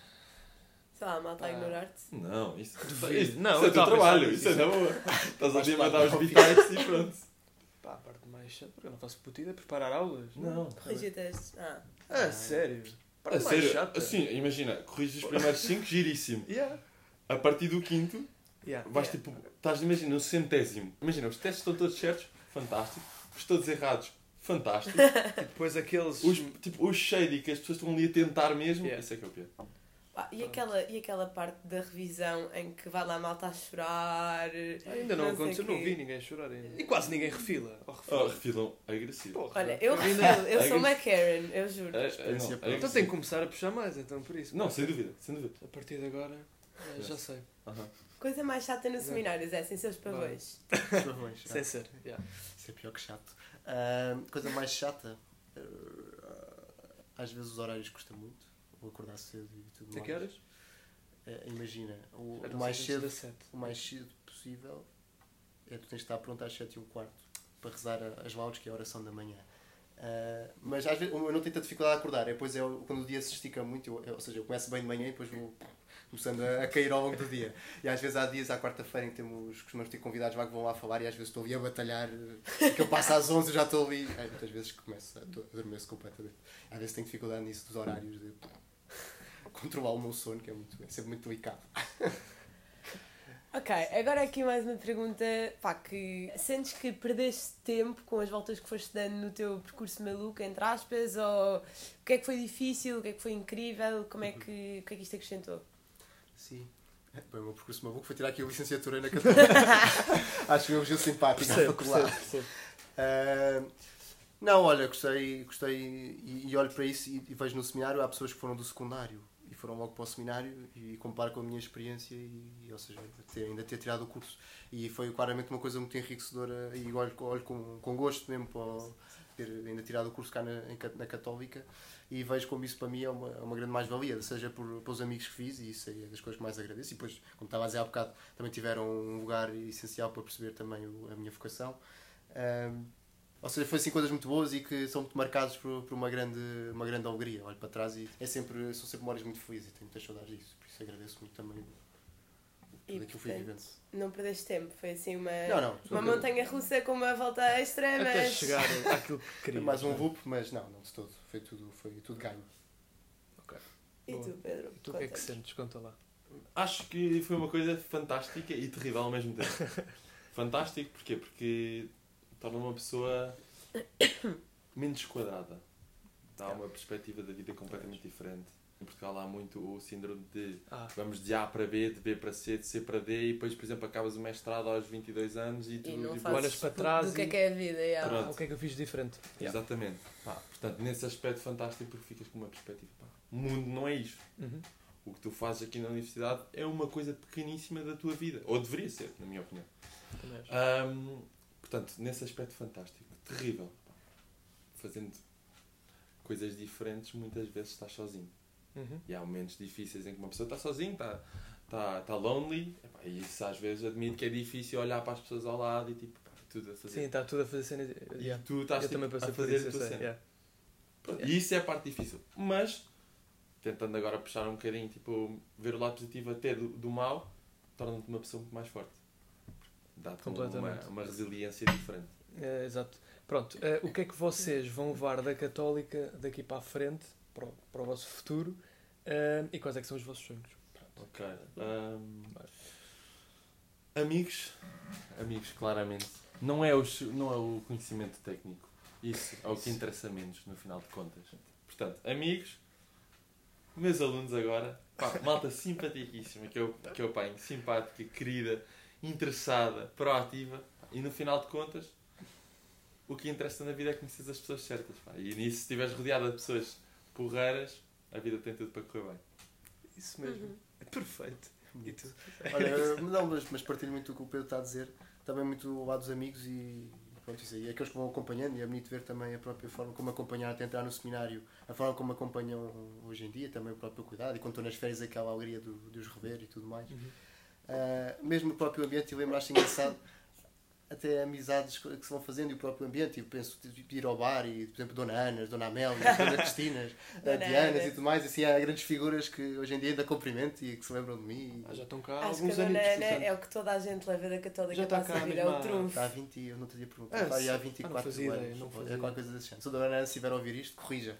Sei lá, a malta a ignorar-te. Não, isso, Duvido. isso, Não, isso eu é o teu estava a pensar trabalho, nisso. isso é na boa. Estás a Faz vir parte mandar os do bitites e pronto. Pá, a parte mais chata, porque eu não faço putida preparar aulas. Não. Corrigir testes. Ah. Ah, sério? A Parte mais sério, chata. assim, imagina, corriges os primeiros cinco, giríssimo. Yeah. A partir do quinto, Yeah. vais tipo, estás, imagina, no centésimo. Imagina, os testes estão todos certos, fantástico. Os todos errados, fantástico. E depois aqueles. Os, tipo, os shady que as pessoas estão ali a tentar mesmo, Yeah. isso é que é o pior. Pá, e, aquela, e aquela parte da revisão em que vai lá a malta a chorar? Ainda não, não sei aconteceu, não quê. vi ninguém chorar ainda. E quase ninguém refila. Ou refila. Oh, refilam agressivo. Porra. Olha, eu Eu ainda- refiro, eu sou uma Karen, eu juro. É, é, Experiência não, é própria. Então tenho que começar a puxar mais, então por isso. Não, sem dúvida, sem dúvida. A partir de agora, eh, já sei. Aham. Coisa mais chata no seminário, Zé, sem seus pavões. Os pavões, Sem ser. Yeah. isso é pior que chato. Ah, coisa mais chata, ah, às vezes os horários custam muito, vou acordar cedo e tudo A mais. que horas? Ah, imagina, o, Eram o mais seis cedo, das sete. o mais cedo possível é tu tens de estar pronto às sete e um quarto para rezar a- as laudes, que é a oração da manhã. Ah, mas às vezes eu não tenho tanta dificuldade a acordar, é depois é o- quando o dia se estica muito, eu- eu- ou seja, eu começo bem de manhã e depois vou começando a, a cair ao longo do dia. E às vezes há dias, à quarta-feira, em que temos, costumamos ter convidados lá que vão lá falar e às vezes estou ali a batalhar, eh, que eu passo às onze e já estou ali. É, muitas vezes começo a do- adormeço completamente. Às vezes tenho dificuldade nisso dos horários, de controlar o meu sono, que é, muito, é sempre muito delicado. Ok, agora aqui mais uma pergunta, pá, que sentes que perdeste tempo com as voltas que foste dando no teu percurso maluco, entre aspas, ou o que é que foi difícil, o que é que foi incrível, como é que, o que é que isto acrescentou? Sim. Bem, o meu percurso maluco foi tirar aqui a licenciatura na católica. Acho que eu giro simpático à Percebo, faculdade. percebo, percebo. Ah, não, olha, gostei, gostei e, e olho para isso e, e vejo no seminário, há pessoas que foram do secundário e foram logo para o seminário e comparo com a minha experiência e, ou seja, ter, ainda ter tirado o curso. E foi claramente uma coisa muito enriquecedora e olho, olho com, com gosto mesmo para ter ainda tirado o curso cá na, na Católica e vejo como isso para mim é uma, uma grande mais-valia, seja por, pelos amigos que fiz e isso é das coisas que mais agradeço. E depois, como estava a dizer há bocado, também tiveram um lugar essencial para perceber também o, a minha vocação. Um, ou seja, foi assim coisas muito boas e que são muito marcados por, por uma, grande, uma grande alegria. Olho para trás e é sempre, são sempre memórias muito felizes e tenho muitas saudades disso. Por isso agradeço muito também tudo aquilo que eu fui vivendo. Não perdeste tempo, foi assim uma, não, não, uma montanha russa com uma volta extra, mas... Até chegar àquilo que queria. Mais um loop, mas não, não de todo. Foi tudo, foi tudo ganho. Ok. E tu, Pedro? E tu o que é que sentes? Conta lá. Acho que foi uma coisa fantástica e terrível ao mesmo tempo. Fantástico porquê? Porque torna uma pessoa menos quadrada. Dá uma perspectiva da vida completamente diferente. Em Portugal há muito o síndrome de Ah. vamos de A para B, de B para C, de C para D e depois, por exemplo, acabas o mestrado aos vinte e dois anos e tu E não tipo, fazes olhas para trás do que é e- que é a vida, yeah. Pronto. Ah, o que é que eu fiz de diferente? Yeah. Exatamente. Pá, portanto, nesse aspecto fantástico porque ficas com uma perspectiva. Pá, o mundo não é isto. Uhum. O que tu fazes aqui na universidade é uma coisa pequeníssima da tua vida. Ou deveria ser, na minha opinião. Também acho. Ahm, portanto, nesse aspecto fantástico. Terrível. Pá. Fazendo coisas diferentes, muitas vezes estás sozinho. Uhum. E há momentos difíceis em que uma pessoa está sozinha, está, está, está lonely. Epá, e isso às vezes admito que é difícil olhar para as pessoas ao lado e tipo, pá, tudo a fazer. Sim, está tudo a fazer cenas. E Yeah. tu estás Eu tipo, também passei a por fazer isso, a eu tua sei. cena. Yeah. Pronto, e isso é a parte difícil. Mas, tentando agora puxar um bocadinho, tipo, ver o lado positivo até do, do mal, torna-te uma pessoa muito mais forte. Dá-te uma, Completamente. uma resiliência diferente. É, exato. Pronto, eh, o que é que vocês vão levar da Católica daqui para a frente, para o, para o vosso futuro, eh, e quais é que são os vossos sonhos? Pronto. Ok. Ahm, amigos. Amigos, claramente. Não é, o, não é o conhecimento técnico. Isso é o que interessa menos, no final de contas. Portanto, amigos, meus alunos agora, pá, malta simpaticíssima, que eu, que eu apanho, simpática, querida, interessada, proativa, e no final de contas, o que interessa na vida é conhecer as pessoas certas. Pá. E nisso, se estiveres rodeado de pessoas porreiras, a vida tem tudo para correr bem. Isso mesmo. Uhum. É perfeito. E tu? Olha, não, mas, mas partilho muito o que o Pedro está a dizer. Também muito o lado dos amigos e pronto, isso aí. Aqueles que vão acompanhando e é bonito ver também a própria forma como acompanhar até entrar no seminário, a forma como acompanham hoje em dia, também o próprio cuidado. E quando estou nas férias, aquela alegria do, de os rever e tudo mais. Uhum. Uh, mesmo o próprio ambiente, e lembro-acho engraçado até amizades que se vão fazendo e o próprio ambiente. Eu penso de ir ao bar e, por exemplo, Dona Ana, Dona Amélia, Dona Cristina, Dona Dianas Ana. e tudo mais. Assim, há grandes figuras que hoje em dia ainda cumprimento e que se lembram de mim. Ah, já estão cá há Acho que a alguns Dona anos. Ana é o que toda a gente leva da Católica Já está para cá a a vir, é mesma- o trunfo. Está há vinte, eu não te ia perguntar. Ah, Está aí há sim. vinte e Ah, não quatro fazia ideia, anos. não É fazia. qualquer coisa desse género. Se a Dona Ana estiver a ouvir isto, corrija.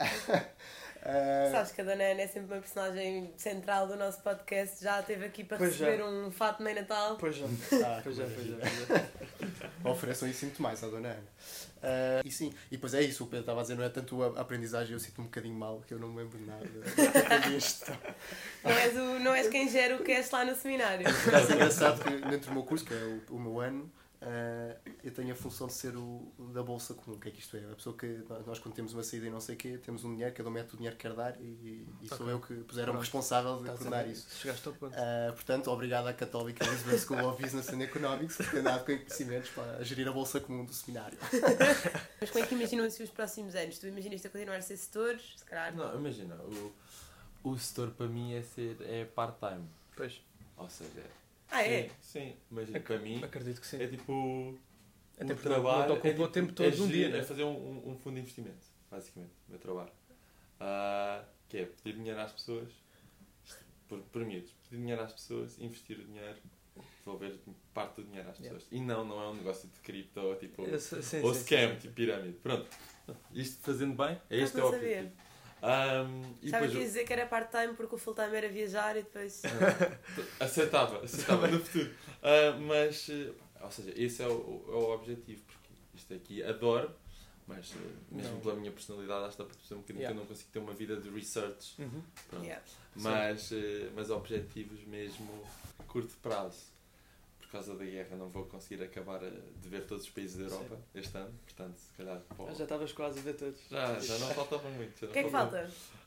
Ah, Sabes que a Dona Ana é sempre uma personagem central do nosso podcast, já esteve aqui para Pois já. receber um fato de meio Natal. Pois já. ah, Pois já, que pois já. maravilha. Pois já. Ofereçam isso muito mais à Dona Ana. Ah, e sim, e depois é isso, o Pedro estava a dizer, não é tanto a aprendizagem, eu sinto um bocadinho mal, que eu não me lembro de nada. Aprendi a gestão. Não és, o, não és quem gera o cast lá no seminário. Por acaso é engraçado que dentro do meu curso, que é o, o meu ano, ah, eu tenho a função de ser o o da bolsa comum. O que é que isto é? A pessoa que nós, quando temos uma saída e não sei o quê, temos um dinheiro, cada um mete o dinheiro que quer dar e, e sou Ok. eu que puseram Pronto. responsável de Estás a tornar ver? isso. Chegaste ao ponto. Uh, portanto, obrigado à Católica Lisbon School of Business and Economics por ter dado conhecimentos para gerir a bolsa comum do seminário. Mas como é que imaginam-se os próximos anos? Tu imaginas-te a continuar a ser setor? Se calhar. Não, imagina, o, o setor para mim é, ser, é part-time. Pois. Ou seja, Ah, é? sim, sim, imagina, para mim Acredito que sim. é tipo. Até um porque não- trabalho, não te ocupa é tipo, o tempo todo é de um gerir- dia, né? É fazer um, um, um fundo de investimento, basicamente, o meu trabalho. Ah, que é pedir dinheiro às pessoas, por, por miúdos, pedir dinheiro às pessoas, investir o dinheiro, devolver parte do dinheiro às Yeah. pessoas. E não, não é um negócio de cripto ou tipo. Eu sei- sim, ou sim, scam, sim, sim. tipo pirâmide. Pronto. Isto fazendo bem, é Não este é o sabia. objetivo. Um, e Sabes depois que ia dizer que era part-time porque o full-time era viajar e depois. aceitava, aceitava no futuro. Ah, mas, eh, ou seja, esse é o, é o objetivo, porque isto aqui adoro, mas eh, mesmo Não. pela minha personalidade, acho que dá para perceber um bocadinho Yeah. que eu não consigo ter uma vida de research. Uhum. Pronto. Yeah. Mas, eh, mas objetivos mesmo curto prazo. Por causa da guerra não vou conseguir acabar eh, de ver todos os países da Europa este ano, portanto, se calhar pô, Ah, já estavas quase a ver todos. já, já não faltava muito. Já O que é que não faltava falta?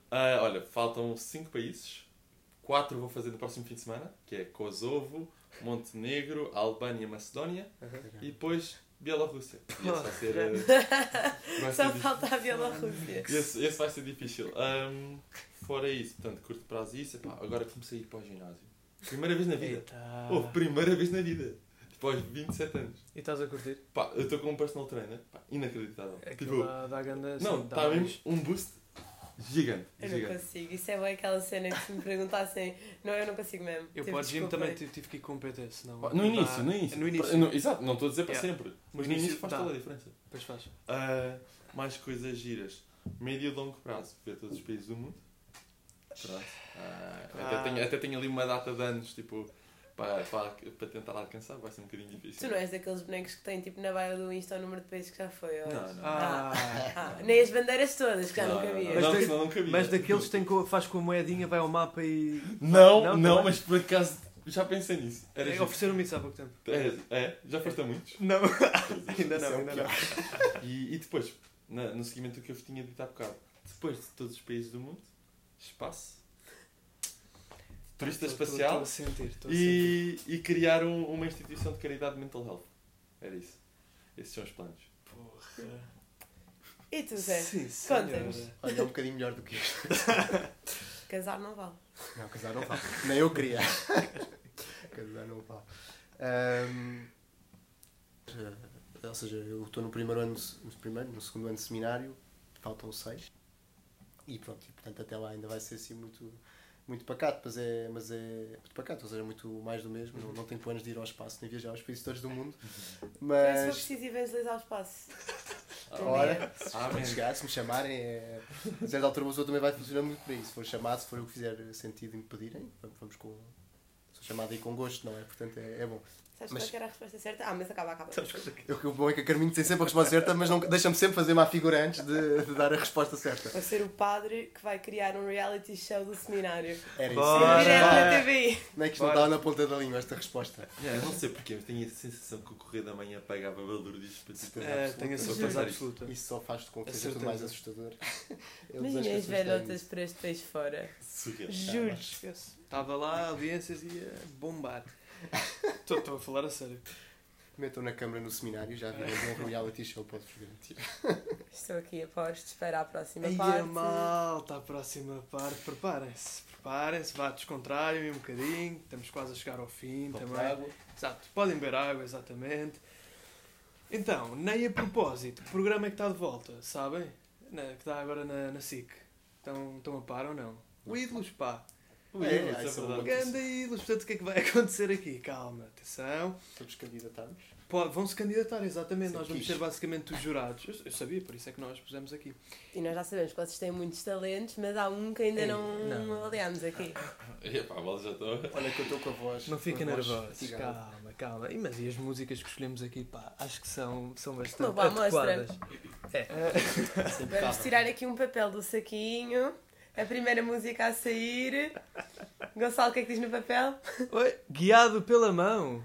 Ah, olha, faltam cinco países. quatro vou fazer no próximo fim de semana, que é Kosovo, Montenegro, Albânia, Macedónia e depois Bielorrússia. E esse vai ser... eh, vai Só ser falta a Bielorrússia. Esse, esse vai ser difícil. Ahm, fora isso, portanto, curto prazo isso. Epá, agora comecei a ir para o ginásio. Primeira vez na vida. Eita. Oh, primeira vez na vida. Tipo, aos vinte e sete anos. E estás a curtir? Pá, eu estou com um personal trainer. Pá, inacreditável. Aquilo Tipo, dá, dá ganda, não, sim, dá está mais- mesmo um boost gigante. Eu não gigante. consigo. Isso é bem aquela cena que se me perguntassem. Não, eu não consigo mesmo. Eu Tipo, para o gym desculpem. também tive, tive que ir com um P T, senão... Pá, No dá- início, no início. No início. No- exato, não estou a dizer para Yeah. sempre. Mas No no início início faz dá. toda a diferença. Depois faz. Ah, mais coisas giras. Médio e longo prazo. Ver todos os países do mundo. Pronto. Ah, Ah. Até, tenho, até tenho ali uma data de anos, tipo, para, para, para tentar alcançar. Vai ser um bocadinho difícil. Tu não és daqueles bonecos que têm tipo na bio do Insta o número de países que já foi, ou és? Não, não. Ah, Ah, nem as bandeiras todas, que já Não, não não, cabia. não, Mas não, da- senão não cabia. mas daqueles que tem com, faz com a moedinha, vai ao mapa e... Não, Não, não, também? mas por acaso já pensei nisso. Era É, giro. ofereceram-me isso há pouco tempo. É, é, já foste a muitos? Não, ainda Isso é não, o ainda pior. não. E, e depois, na- no seguimento do que eu vos tinha dito há bocado, depois de todos os países do mundo, espaço, turista Estou- estou- espacial Estou a sentir, estou a sentir. e, e criar um- uma instituição de caridade de mental health. Era isso. Esses são os planos. Porra. E tu, Zé? Sim, Conta-nos. senhora. Olha, é um bocadinho melhor do que isto. Casar não vale. Não, casar não vale. Nem eu queria. Casar não vale. Ahm, ou seja, eu estou no primeiro ano, no primeiro, no segundo ano de seminário, faltam seis. E pronto, e, portanto até lá ainda vai ser assim muito, muito pacato, mas é, mas é muito pacato, ou seja, muito mais do mesmo. Não, não tenho planos de ir ao espaço nem viajar aos países todos do mundo. Mas... Se for Mas, preciso evangelizar o espaço. ora, se Amém. chegar, se me chamarem, é... a certa altura uma pessoa também vai funcionar muito para isso. Se for chamado, se for eu que fizer sentido em me pedirem, vamos com. Sou chamado aí com gosto, não é? Portanto é, é bom. Sabes Mas- qual é que era a resposta certa? Ah, mas acaba, acaba. Eu, o bom é que a Carminho tem sempre a resposta certa, mas não, deixa-me sempre fazer uma figura antes de, de dar a resposta certa. Vou ser o padre que vai criar um reality show do seminário. Era isso. Bora. Direto na Era. T V. Como é que isto não Bora. estava na ponta da língua, esta resposta? Yeah, eu não sei porque, eu tenho a sensação que o Correio da Manhã pagava valor disto para ti. É, tenho a Vou certeza pensar absoluta. Isso só faz com que A seja tudo mais certeza. assustador. Eu Imagina desejo as que as pessoas tenham velhotas isso. para este país fora. Surreal. Juro. Esquece. Estava lá, audiências e ia bombar. Estou estou a falar a sério. Metam na câmara no seminário, já viram um reality show, podes garantir. Estou aqui a postos, espera a próxima Aí parte. é malta, a próxima parte. Preparem-se, preparem-se, vá, descontraiam um bocadinho. Estamos quase a chegar ao fim Copo de também. água. Exato, podem beber água, exatamente. Então, nem a propósito, o programa é que está de volta, sabem? Na, que está agora na, na S I C. Estão, estão a par ou não? O Ídolos, pá. Ui, É, isso é isso é verdade. uma- Ganda Ídolos, portanto, o que é que vai acontecer aqui? Calma, atenção. Todos candidatarmos. Pode, vão se candidatar, exatamente. Sim, nós vamos quis. ser basicamente os jurados. Eu, eu sabia, por isso é que nós pusemos aqui. E nós já sabemos que vocês têm muitos talentos, mas há um que ainda Ei, não, não. aliamos aqui. Epá, a bola já estou. Olha que eu estou com a voz. Não fiquem com a voz nervosos, fatigada. calma, calma. E, mas e as músicas que escolhemos aqui, pá, acho que são, são Uma bastante boa amostra. adequadas. É, Vamos tirar aqui um papel do saquinho. A primeira música a sair. Gonçalo, o que é que diz no papel? oi, guiado pela mão.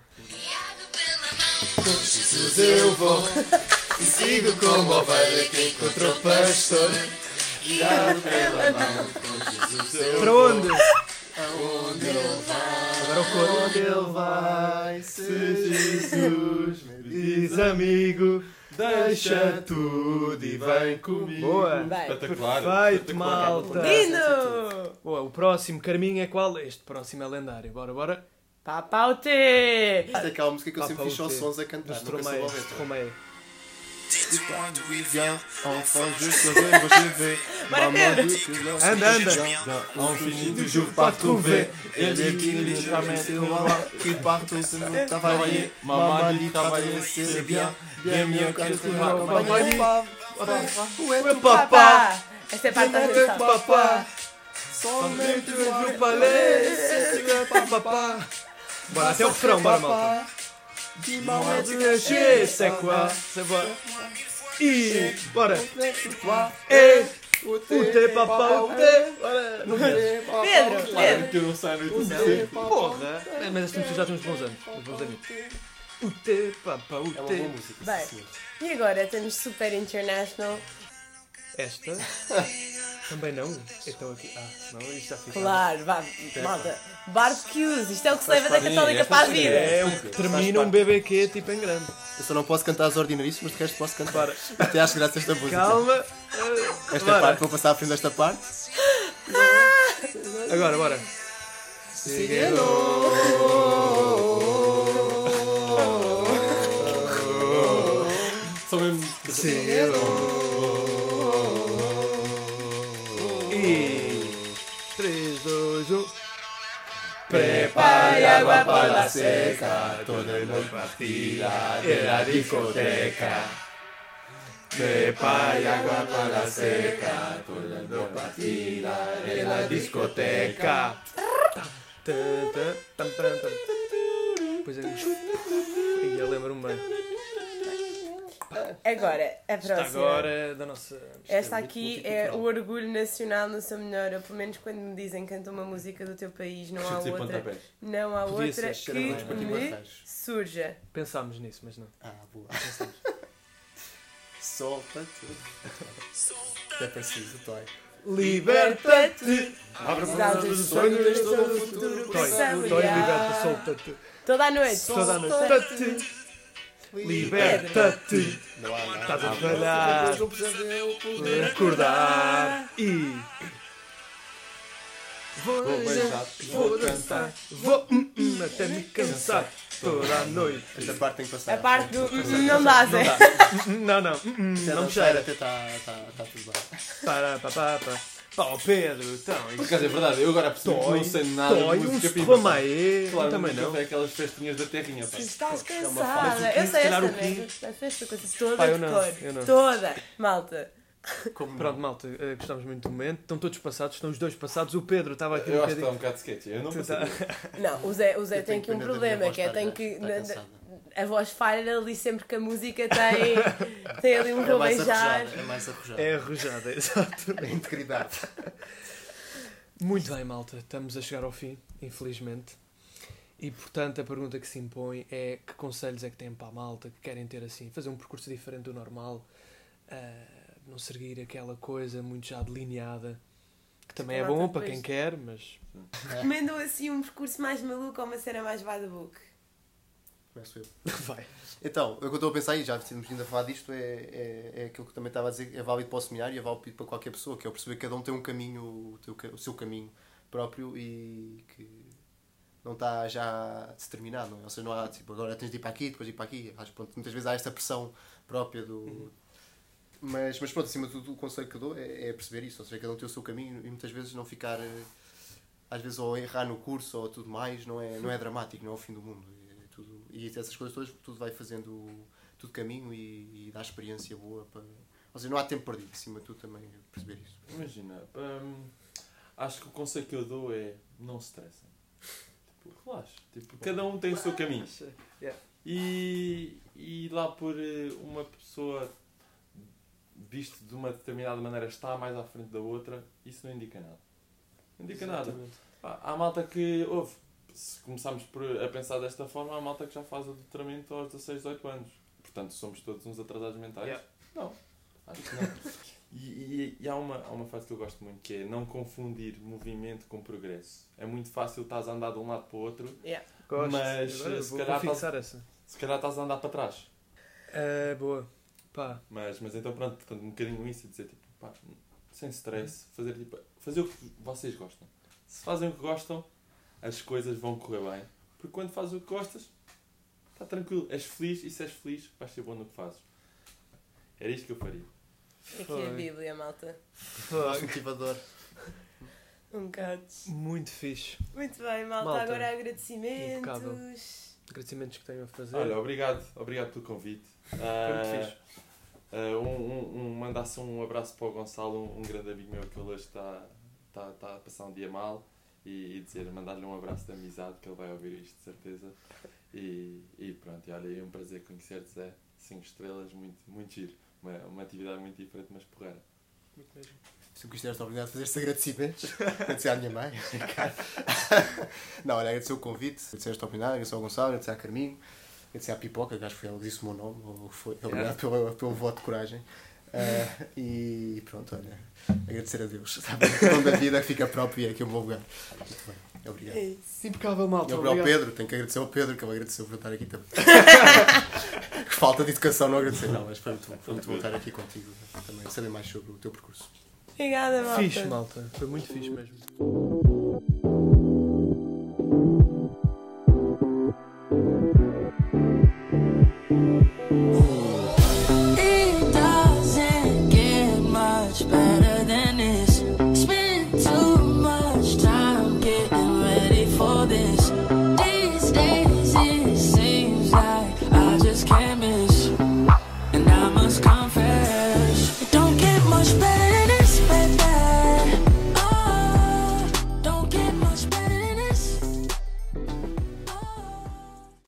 Jesus eu vou e sigo como ovelha que encontrou pastor. Guiado pela mão, com Jesus eu Para vou. onde? Aonde ele vai, Agora o coro. onde ele vai, se Jesus me diz Diz amigo, Deixa tudo e vem comigo. Boa. Bem, Espetacular. perfeito, espetacular. malta. Lindo! Boa, o próximo Carminho é qual? Este próximo é lendário. Bora, bora. Papaute! Isto é aquela música que eu Pá, sempre pá, fiz só o quê? sons a cantar, Dos nunca soube a Tromeiros. letra. Tromeiros. Quando il vient, enfin juste le relever. Bora, Maman Pedro. dit que lorsque Anda, je anda. viens, on finit toujours par trouver. Elle dit qu'il n'est jamais c'est moi qui partout se nous travailler. Maman dit travailler c'est bien, bien mieux qu'être accompagné. Où est Meu ton papa? papa? Esta é a parte da Meu canção. papá, Sans même te tu voir palais, c'est tu es papá. Bora, até o refrão, bora, malta. dis-moi Moi, tu tu es es chier, c'est quoi? C'est quoi? E, bora. toi E, o o teu papá, o teu. Bora. Pedro, Pedro. Que eu não saio no O YouTube. teu, porra. É, mas esta música já tem uns bons anos. Uns bons anos. O teu papá, o É uma boa teu. música, Bem. sim, senhor. E agora temos Super International. Esta. Também não? Então aqui. Ah, não, isto já fica. Claro, vá, malta. Barbecues, isto é o que se leva da Sim, Católica esta para a sim, vida. É o que termina um B B Q tipo em grande. Eu só não posso cantar as ordinaríssimas, mas de resto posso cantar. Até acho graça esta música. Calma. Esta Bora. parte, vou passar à frente desta parte. Agora, bora. Só mesmo. E três, dois, um. Prepare agua para la seca, toda la partida de la discoteca. Prepare agua para la seca, toda la partida de la discoteca. Depois é. E eu lembro-me bem. Agora, a Está próxima. agora da nossa. Esta aqui é o orgulho nacional no seu melhor, ou pelo menos quando me dizem canta uma música do teu país, não há Chutes e outra, pontapés. não há Podia outra ser, que parabéns para ti, me Barreiros. surja. Pensámos nisso, mas não. Ah, boa. Solta tudo. É preciso, Toy. Liberta-te! Abre os sonhos, todo o futuro. Toy, Toy, liberta, solta-te. Toda a noite. Toda a noite. Solta-te! Liberta-te! Não há nada. Estás a falhar! Recordar! E. Vou beijar, vou dançar, vou hum, hum, até me cansar toda a noite. Esta parte tem que passar. A parte do hum, não dá, Zé. Não, não, hum, hum, Até não me dançar, cheira. até está tá, tá tudo bem. Para, para, para, para. Pá, ó Pedro, então. Por acaso é verdade, eu agora percebo que Toy, não sei nada Toy, de um música sufamae. Claro, Também nunca não. foi aquelas festinhas da terrinha, pá. Estás É uma cansada. fase. Eu Se sei calhar esta o quinze. merda. Esta esta coisa toda Pá, eu de não, cor. eu não. Toda. Malta. Como Pronto, malta, eh, gostamos muito do momento. Estão todos passados, estão os dois passados. O Pedro estava aqui um Eu acho que está bocadinho. um bocado sketchy, eu não Tu passei. tá- Não, o Zé, o Zé Eu tem tenho aqui um pena da minha problema, voz que é estar- tem que. estar na- cansada. a voz falha ali sempre que a música tem, tem ali um É mais rovejar. arrojada. É mais arrojada. É arrojada, exato. A integridade. Muito bem, malta. Estamos a chegar ao fim, infelizmente. E, portanto, a pergunta que se impõe é que conselhos é que têm para a malta que querem ter assim, fazer um percurso diferente do normal, uh, não seguir aquela coisa muito já delineada, que também é A bom malta para depois- quem quer, mas... Recomendam assim um percurso mais maluco ou uma cena mais by the book? Começo eu. Vai. Então, o que eu estou a pensar, e já temos vindo a falar disto, é, é, é aquilo que também estava a dizer, é válido para o seminário e é válido para qualquer pessoa, que é o perceber que cada um tem um caminho, o, teu, ca- o seu caminho próprio e que não está já determinado, não é? Ou seja, não há, tipo, agora tens de ir para aqui, depois de ir para aqui. Acho que pronto, muitas vezes há esta pressão própria do... Uhum. Mas, mas pronto, acima de tudo, o conselho que eu dou é, é perceber isso, ou seja, cada um tem o seu caminho e muitas vezes não ficar, eh, às vezes, ou errar no curso ou tudo mais, não é, não é dramático, não é o fim do mundo. É tudo, e essas coisas todas, tudo vai fazendo tudo caminho e, e dá experiência boa para... Ou seja, não há tempo perdido, acima de tudo também perceber isso. Imagina, hum, acho que o conselho que eu dou é não se estressem. Tipo, relaxa. Tipo, cada um tem o seu caminho. Yeah. E, e lá por eh, uma pessoa visto de uma determinada maneira está mais à frente da outra, isso não indica nada. Não indica nada. Exatamente. Pá, há malta que, ouve, se começarmos por, a pensar desta forma, há malta que já faz o doutoramento aos dezasseis, dezoito anos. Portanto, somos todos uns atrasados mentais? Yeah. Não, acho que não. E, e, e há, uma, há uma frase que eu gosto muito, que é não confundir movimento com progresso. É muito fácil estás a andar de um lado para o outro, Yeah. Gosto. Mas, Agora se vou, calhar vou fixar essa. se calhar estás a andar para trás. É, boa. Pá. Mas, mas então pronto, portanto, um bocadinho isso e dizer tipo, pá, sem stress, fazer, tipo, fazer o que vocês gostam. Se fazem o que gostam, as coisas vão correr bem. Porque quando fazes o que gostas, está tranquilo, és feliz e se és feliz, vais ser bom no que fazes. Era isto que eu faria. Aqui Foi. a Bíblia, malta. Nosso motivador. Um bocado. Muito fixe. Muito bem, malta. Malta, Agora agradecimentos. impecável. Agradecimentos que tenho a fazer. Olha, obrigado, obrigado pelo convite. Ah, muito fixe. ah, um, um, um, mandasse um abraço para o Gonçalo, um, um grande amigo meu que ele hoje está, está, está a passar um dia mal e, e dizer, mandar-lhe um abraço de amizade, que ele vai ouvir isto de certeza. E, e pronto, e olha, é um prazer conhecer-te, Zé. cinco estrelas, muito, muito giro. Uma, uma atividade muito diferente, mas porreira. Muito mesmo. Se eu quiseres a oportunidade de fazer estes agradecimentos, agradecer à minha mãe. Não, olha, agradecer o convite, agradecer esta oportunidade, agradecer ao Gonçalo, agradecer à Carminho, agradecer à Pipoca, que acho que foi ela que disse o meu nome, ou foi, obrigado Yeah. pelo, pelo voto de coragem. Uh, e pronto, olha, agradecer a Deus. Sabe? Onde a vida fica própria e é aqui um bom lugar. Muito bem, obrigado. É isso, impecável, malta. E ao Obrigado. Pedro, tenho que agradecer ao Pedro, que ele agradeceu por estar aqui também. Falta de educação não agradecer. Não, mas foi muito bom, foi muito bom estar aqui contigo também, saber mais sobre o teu percurso. Obrigada, malta. Fixe, malta. Foi muito fixe mesmo. It doesn't get much better than this. Spend too much time getting ready for this. These days it seems like I just can't miss. And I must confess, it don't get much better.